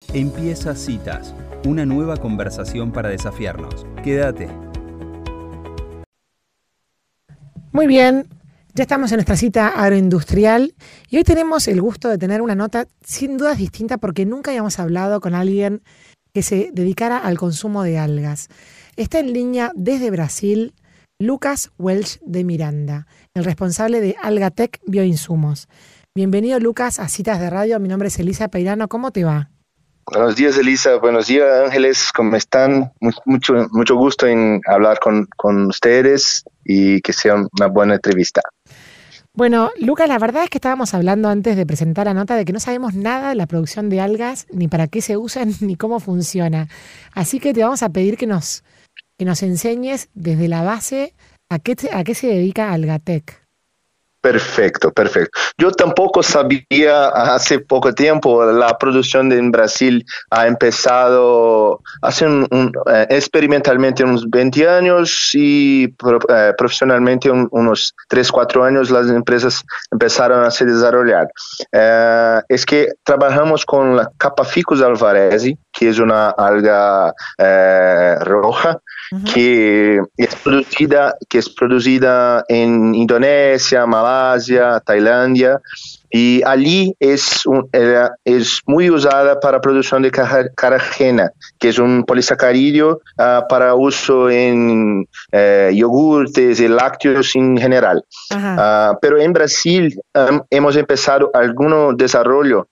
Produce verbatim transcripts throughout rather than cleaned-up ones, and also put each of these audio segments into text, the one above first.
Empieza Citas, una nueva conversación para desafiarnos. Quédate. Muy bien, ya estamos en nuestra cita agroindustrial y hoy tenemos el gusto de tener una nota sin dudas distinta porque nunca habíamos hablado con alguien que se dedicara al consumo de algas. Está en línea desde Brasil Lucas Welch de Miranda, el responsable de Algatec Bioinsumos. Bienvenido, Lucas, a Citas de Radio. Mi nombre es Elisa Peirano. ¿Cómo te va? Buenos días, Elisa. Buenos días, Ángeles. ¿Cómo están? Mucho, mucho gusto en hablar con, con ustedes y que sea una buena entrevista. Bueno, Lucas, la verdad es que estábamos hablando antes de presentar la nota de que no sabemos nada de la producción de algas, ni para qué se usan, ni cómo funciona. Así que te vamos a pedir que nos, que nos enseñes desde la base a qué, a qué se dedica Algatec. Perfecto, perfecto. Yo tampoco sabía hace poco tiempo. La producción de, en Brasil ha empezado hace un, un, eh, experimentalmente unos veinte años y pro, eh, profesionalmente un, unos tres, cuatro años las empresas empezaron a se desarrollar. Eh, es que trabajamos con la Capaficus alvarezi, que es una alga eh, roja, uh-huh. que es producida, que es producida en Indonesia, Malasia, Tailandia, y allí es, un, es muy usada para producción de carragena, que es un polisacarídeo uh, para uso en uh, yogurtes y lácteos en general. Uh, pero en Brasil um, hemos empezado algún desarrollo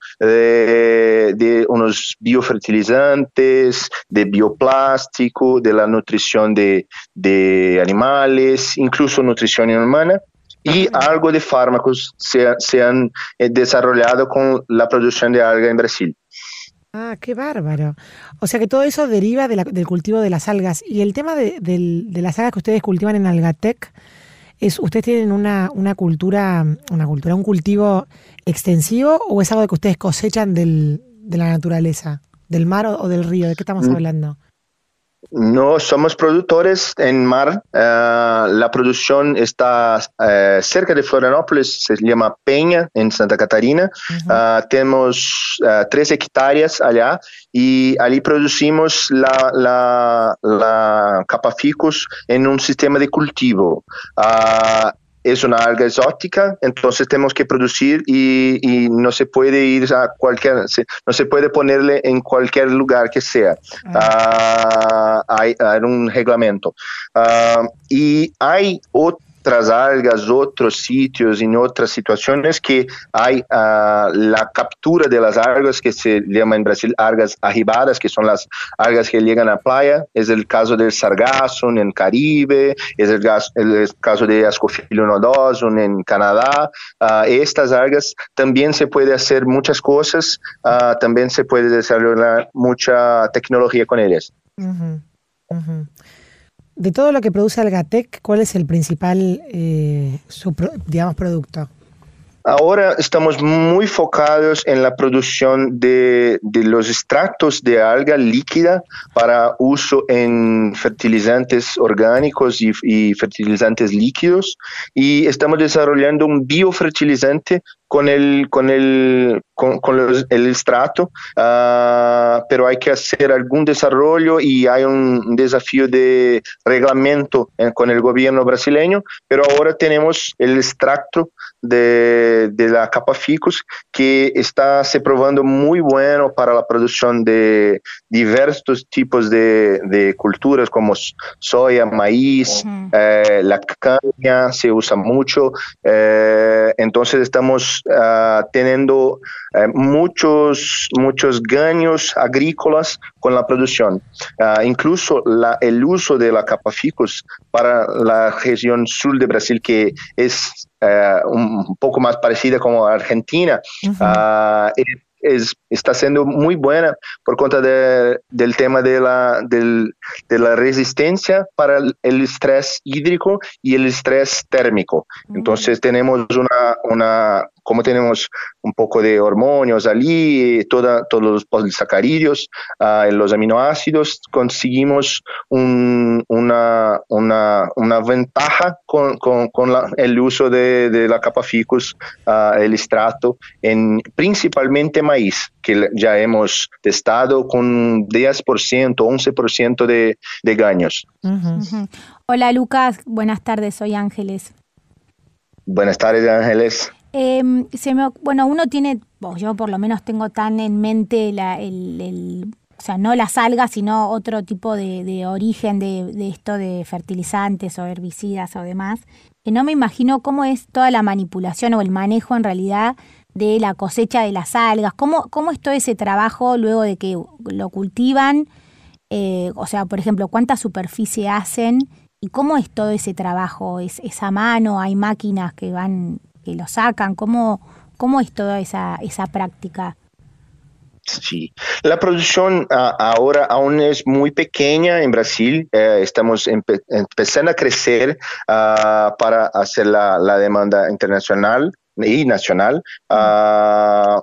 de, de unos biofertilizantes, de bioplástico, de la nutrición de, de animales, incluso nutrición humana. Y algo de fármacos se, se han eh, desarrollado con la producción de alga en Brasil. Ah, qué bárbaro. O sea que todo eso deriva de la, del cultivo de las algas. Y el tema de, de, de las algas que ustedes cultivan en Algatec, es, ¿ustedes tienen una, una cultura, una cultura, un cultivo extensivo o es algo que ustedes cosechan del, de la naturaleza, del mar o, o del río? ¿De qué estamos hablando? No somos productores en mar. Uh, la producción está uh, cerca de Florianópolis, se llama Peña, en Santa Catarina. Uh-huh. Uh, tenemos uh, tres hectáreas allá y allí producimos la, la, la Capaficus en un sistema de cultivo. Uh, Es una alga exótica, entonces tenemos que producir y, y no se puede ir a cualquier, no se puede ponerle en cualquier lugar que sea. Uh, hay, hay un reglamento. Uh, y hay otras algas, otros sitios, en otras situaciones que hay uh, la captura de las algas que se llama en Brasil algas arribadas, que son las algas que llegan a la playa. Es el caso del sargazo en el Caribe, es el, gas, el caso de Ascophyllum nodosum en Canadá. Uh, estas algas también se puede hacer muchas cosas, uh, también se puede desarrollar mucha tecnología con ellas. Uh-huh. Uh-huh. De todo lo que produce Algatec, ¿cuál es el principal, eh, su, digamos, producto? Ahora estamos muy focados en la producción de, de los extractos de alga líquida para uso en fertilizantes orgánicos y, y fertilizantes líquidos, y estamos desarrollando un biofertilizante con el con el con, con los, el extracto, uh, pero hay que hacer algún desarrollo y hay un desafío de reglamento en, con el gobierno brasileño, pero ahora tenemos el extracto de, de la Capaficus que está se probando muy bueno para la producción de diversos tipos de, de culturas como soya, maíz, uh-huh. eh, la caña se usa mucho, eh, entonces estamos Uh, teniendo uh, muchos muchos ganos agrícolas con la producción. Uh, incluso la, el uso de la Capaficus para la región sur de Brasil, que es uh, un poco más parecida como Argentina, uh-huh. uh, es, está siendo muy buena por cuenta de, del tema de la, del, de la resistencia para el estrés hídrico y el estrés térmico. Uh-huh. Entonces tenemos una, una como tenemos un poco de hormonios allí, toda, todos los polisacáridos, uh, los aminoácidos, conseguimos un, una, una, una ventaja con, con, con la, el uso de, de la capa ficus, uh, el estrato, en principalmente maíz, que ya hemos testado con diez por ciento, once por ciento de, de gaños. Uh-huh. Uh-huh. Hola Lucas, buenas tardes, soy Ángeles. Buenas tardes, Ángeles. Eh, se me, bueno, uno tiene, oh, yo por lo menos tengo tan en mente la, el, el, o sea, no las algas, sino otro tipo de, de origen de, de esto de fertilizantes o herbicidas o demás, que no me imagino cómo es toda la manipulación o el manejo en realidad de la cosecha de las algas, cómo, cómo es todo ese trabajo luego de que lo cultivan, eh, o sea, por ejemplo, cuánta superficie hacen y cómo es todo ese trabajo, es, es a mano, hay máquinas que van, que lo sacan, cómo, cómo es toda esa, esa práctica. Sí, la producción uh, ahora aún es muy pequeña en Brasil, eh, estamos empe- empezando a crecer uh, para hacer la, la demanda internacional y nacional, uh,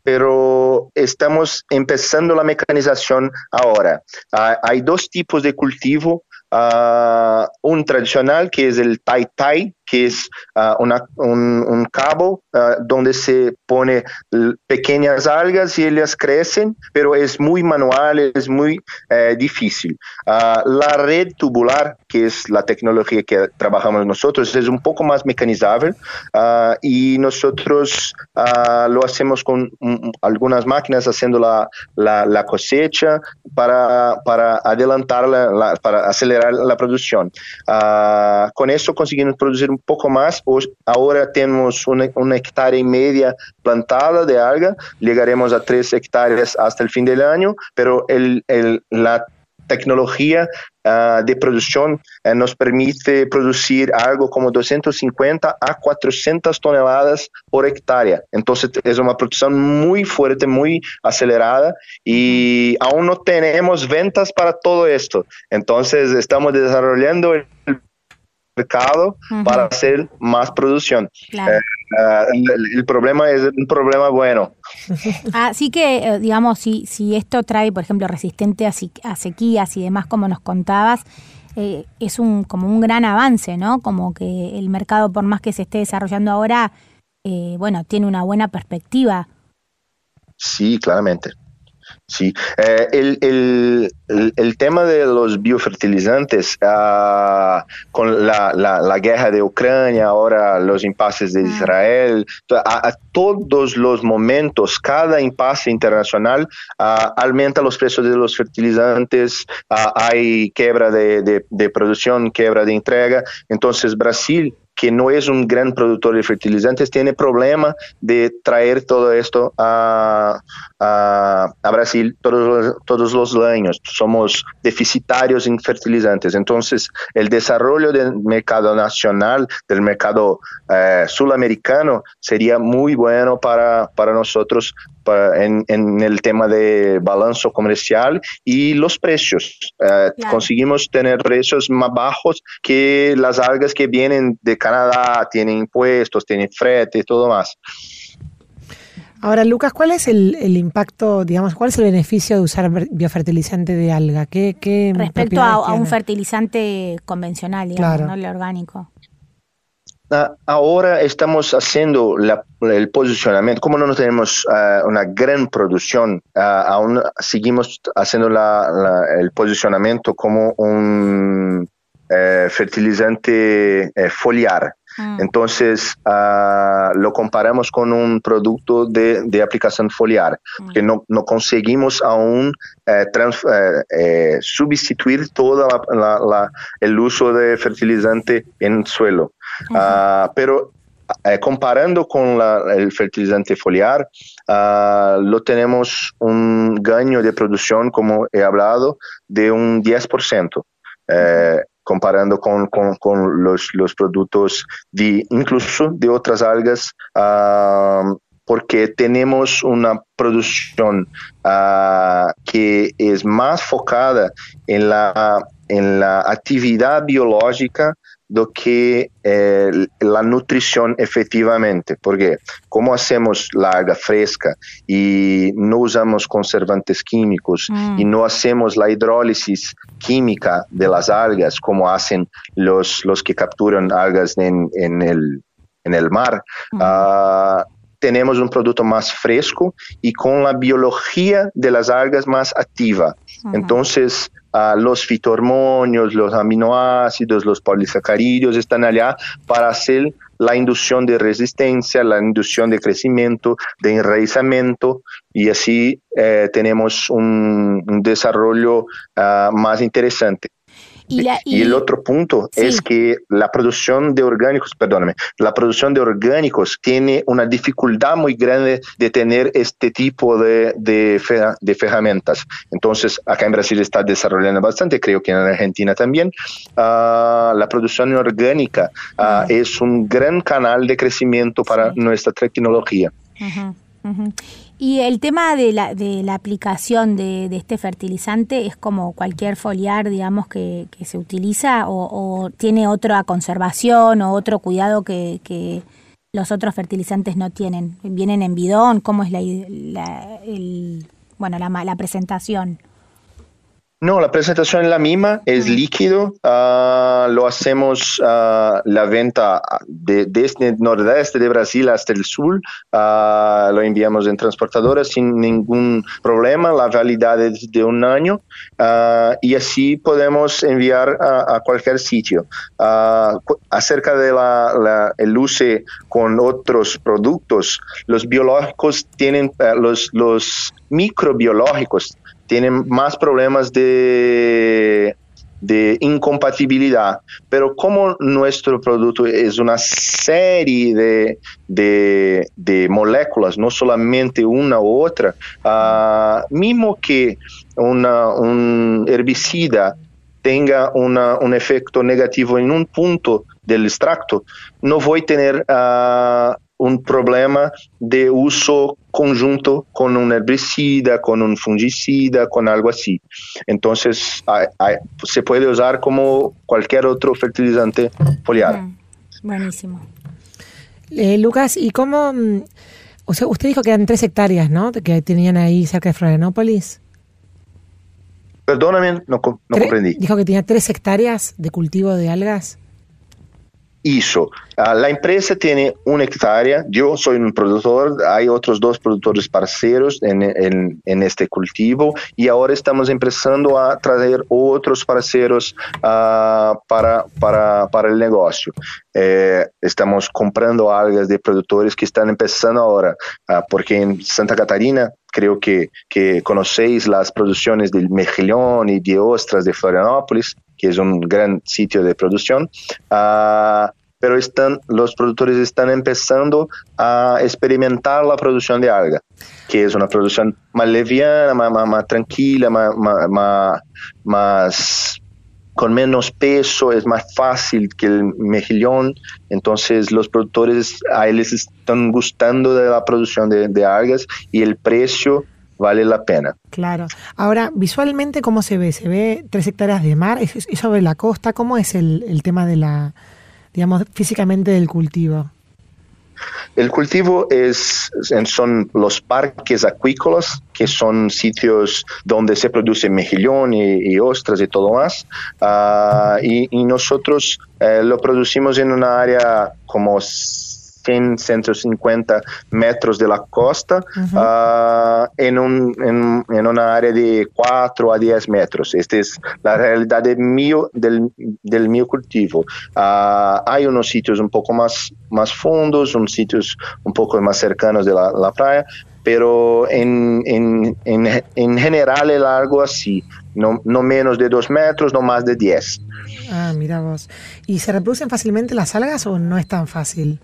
pero estamos empezando la mecanización ahora. Uh, hay dos tipos de cultivo, uh, un tradicional que es el tai-tai, que es uh, una, un, un cabo uh, donde se pone pequeñas algas y ellas crecen, pero es muy manual, es muy uh, difícil. Uh, la red tubular, que es la tecnología que trabajamos nosotros, es un poco más mecanizable uh, y nosotros uh, lo hacemos con um, algunas máquinas haciendo la, la, la cosecha para, para adelantar, la, la, para acelerar la producción. Uh, con eso conseguimos producir un poco más. Ahora tenemos una, una hectárea y media plantada de alga, llegaremos a tres hectáreas hasta el fin del año, pero el, el, la tecnología uh, de producción uh, nos permite producir algo como doscientas cincuenta a cuatrocientas toneladas por hectárea. Entonces es una producción muy fuerte, muy acelerada y aún no tenemos ventas para todo esto. Entonces estamos desarrollando el mercado uh-huh. para hacer más producción. Claro. Eh, uh, el, el problema es un problema bueno. Así que, eh, digamos, si, si esto trae, por ejemplo, resistente a, a sequías y demás, como nos contabas, eh, es un como un gran avance, ¿no? Como que el mercado, por más que se esté desarrollando ahora, eh, bueno, tiene una buena perspectiva. Sí, claramente. Sí, eh, el, el, el, el tema de los biofertilizantes, uh, con la, la, la guerra de Ucrania, ahora los impases de Israel, a, a todos los momentos, cada impasse internacional uh, aumenta los precios de los fertilizantes, uh, hay quiebra de, de, de producción, quiebra de entrega. Entonces Brasil, que no es un gran productor de fertilizantes, tiene problema de traer todo esto a, a, a Brasil todos los, todos los años. Somos deficitarios en fertilizantes. Entonces, el desarrollo del mercado nacional, del mercado eh, sudamericano, sería muy bueno para, para nosotros para, en, en el tema de balance comercial y los precios. Eh, claro. Conseguimos tener precios más bajos que las algas que vienen de Canadá, tienen impuestos, tienen frete y todo más. Ahora, Lucas, ¿cuál es el, el impacto, digamos, cuál es el beneficio de usar biofertilizante de alga? ¿Qué, qué Respecto a, a un fertilizante convencional, digamos, claro. ¿no? El orgánico. Ahora estamos haciendo la, el posicionamiento, como no tenemos uh, una gran producción, uh, aún seguimos haciendo la, la, el posicionamiento como un uh, fertilizante uh, foliar. Mm. Entonces uh, lo comparamos con un producto de, de aplicación foliar, mm. que no, no conseguimos aún eh, trans, eh, eh, sustituir todo la, la, la, el uso de fertilizante en suelo. Uh-huh. Uh, pero eh, comparando con la, el fertilizante foliar, uh, lo tenemos un gaño de producción, como he hablado, de un diez por ciento. Eh, comparando con, con, con los, los productos de, incluso de otras algas, uh, porque tenemos una producción uh, que es más focada en la en la actividad biológica do que eh, la nutrición efectivamente, porque como hacemos la alga fresca y no usamos conservantes químicos mm. y no hacemos la hidrólisis química de las algas como hacen los, los que capturan algas en, en, el, en el mar, mm. uh, tenemos un producto más fresco y con la biología de las algas más activa. Uh-huh. Entonces, uh, los fitohormonios, los aminoácidos, los polisacáridos están allá para hacer la inducción de resistencia, la inducción de crecimiento, de enraizamiento, y así eh, tenemos un, un desarrollo uh, más interesante. Y, la, y, y el otro punto sí. es que la producción de orgánicos, perdóname, la producción de orgánicos tiene una dificultad muy grande de tener este tipo de, de, de ferramentas. Entonces, acá en Brasil está desarrollando bastante, creo que en Argentina también. Uh, la producción orgánica uh, uh-huh. es un gran canal de crecimiento para sí. nuestra tecnología. Uh-huh. Uh-huh. Y el tema de la, de la aplicación de, de este fertilizante es como cualquier foliar, digamos, que, que se utiliza, o, o tiene otra conservación o otro cuidado que, que los otros fertilizantes no tienen. ¿Vienen en bidón? ¿Cómo es la, la, el, bueno, la, la presentación? No, la presentación es la misma, es uh-huh. líquido, uh, lo hacemos uh, la venta de, desde el nordeste de Brasil hasta el sur, uh, lo enviamos en transportadoras sin ningún problema, la validad es de un año uh, y así podemos enviar a, a cualquier sitio. Uh, acerca de la, la, el uso con otros productos, los biológicos tienen, uh, los, los microbiológicos tienen más problemas de, de incompatibilidad, pero como nuestro producto es una serie de, de, de moléculas, no solamente una u otra, uh, mismo que una, un herbicida tenga una, un efecto negativo en un punto del extracto, no voy a tener uh, un problema de uso conjunto con un herbicida, con un fungicida, con algo así. Entonces, hay, hay, se puede usar como cualquier otro fertilizante foliar. Mm, buenísimo. Eh, Lucas, ¿y cómo? O sea, usted dijo que eran tres hectáreas, ¿no? Que tenían ahí cerca de Florianópolis. Perdóname, no, no comprendí. Dijo que tenía tres hectáreas de cultivo de algas. Eso. Uh, la empresa tiene una hectárea, yo soy un productor, hay otros dos productores parceros en, en, en este cultivo y ahora estamos empezando a traer otros parceros uh, para, para, para el negocio. Eh, estamos comprando algas de productores que están empezando ahora, uh, porque en Santa Catarina creo que, que conocéis las producciones del mejillón y de ostras de Florianópolis, que es un gran sitio de producción, uh, pero están, los productores están empezando a experimentar la producción de alga, que es una producción más liviana, más, más, más tranquila, más, más, más con menos peso, es más fácil que el mejillón. Entonces los productores a ellos están gustando de la producción de, de algas y el precio vale la pena. Claro. Ahora, visualmente, ¿cómo se ve? ¿Se ve tres hectáreas de mar? ¿Es, es sobre la costa? ¿Cómo es el, el tema de la, digamos, físicamente del cultivo? El cultivo es, son los parques acuícolas, que son sitios donde se produce mejillón y, y ostras y todo más. Uh, y, y nosotros uh, lo producimos en una área como cien, ciento cincuenta metros de la costa, uh-huh. uh, en, un, en, en una área de cuatro a diez metros. Esta es la realidad del mío, del, del mío cultivo. Uh, hay unos sitios un poco más, más fondos, unos sitios un poco más cercanos de la, la playa, pero en, en, en, en general es algo así, no, no menos de dos metros, no más de diez. Ah, mira vos. ¿Y se reproducen fácilmente las algas o no es tan fácil?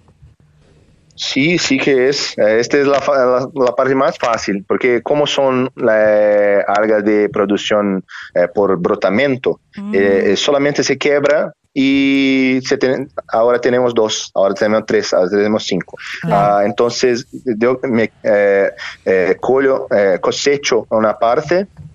Sí, sí que es. Esta es la, la, la parte más fácil, porque como son eh, algas de producción eh, por brotamiento, mm. eh, solamente se quebra y se ten, ahora tenemos dos, ahora tenemos tres, ahora tenemos cinco. Ah. Uh, entonces, yo me eh, eh, collo, eh, cosecho una parte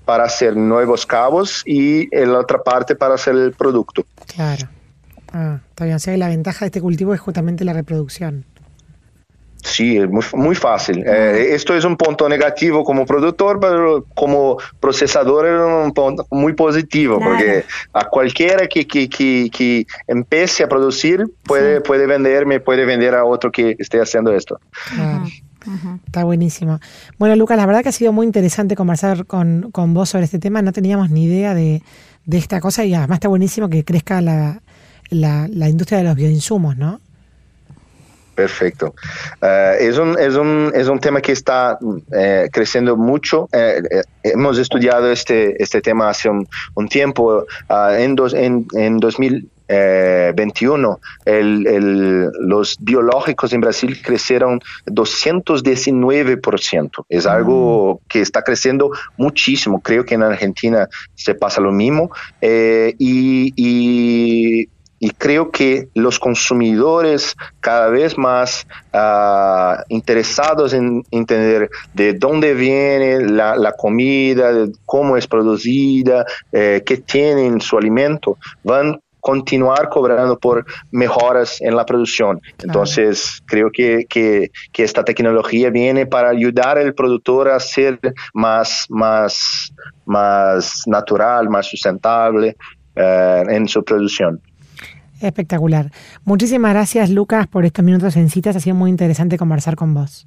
para hacer nuevos cabos y en la otra parte para hacer el producto. Claro. Ah, está bien. O sea, la ventaja de este cultivo es justamente la reproducción. Sí, es muy, muy fácil. Eh, esto es un punto negativo como productor, pero como procesador es un punto muy positivo, claro. Porque a cualquiera que, que, que, que empiece a producir puede, sí. puede venderme, puede vender a otro que esté haciendo esto. Claro. Uh-huh. Está buenísimo. Bueno, Lucas, la verdad que ha sido muy interesante conversar con, con vos sobre este tema. No teníamos ni idea de, de esta cosa y además está buenísimo que crezca la, la, la industria de los bioinsumos, ¿no? Perfecto. Uh, es, un, es, un, es un tema que está eh, creciendo mucho. Eh, eh, hemos estudiado este, este tema hace un, un tiempo. Uh, en, dos, en, en dos mil veintiuno, el, el, los biológicos en Brasil crecieron doscientos diecinueve por ciento. Es algo que está creciendo muchísimo. Creo que en Argentina se pasa lo mismo. Eh, y... y Y creo que los consumidores cada vez más uh, interesados en entender de dónde viene la, la comida, de cómo es producida, eh, qué tiene en su alimento, van continuar cobrando por mejoras en la producción. Entonces, creo que, que, que esta tecnología viene para ayudar al productor a ser más, más, más natural, más sustentable uh, en su producción. Espectacular. Muchísimas gracias, Lucas, por estos minutos en Citas. Ha sido muy interesante conversar con vos.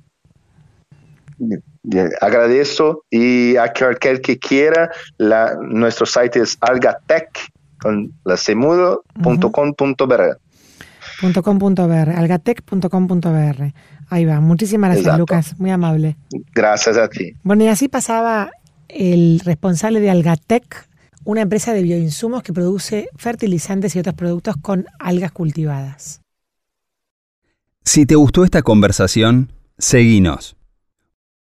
Bien, agradezco y a aquel que quiera, la, nuestro site es algatec con la semudo punto com punto b r. .com.br, algatec punto com punto b r. Ahí va. Muchísimas gracias, exacto. Lucas. Muy amable. Gracias a ti. Bueno, y así pasaba el responsable de Algatec, una empresa de bioinsumos que produce fertilizantes y otros productos con algas cultivadas. Si te gustó esta conversación, seguinos.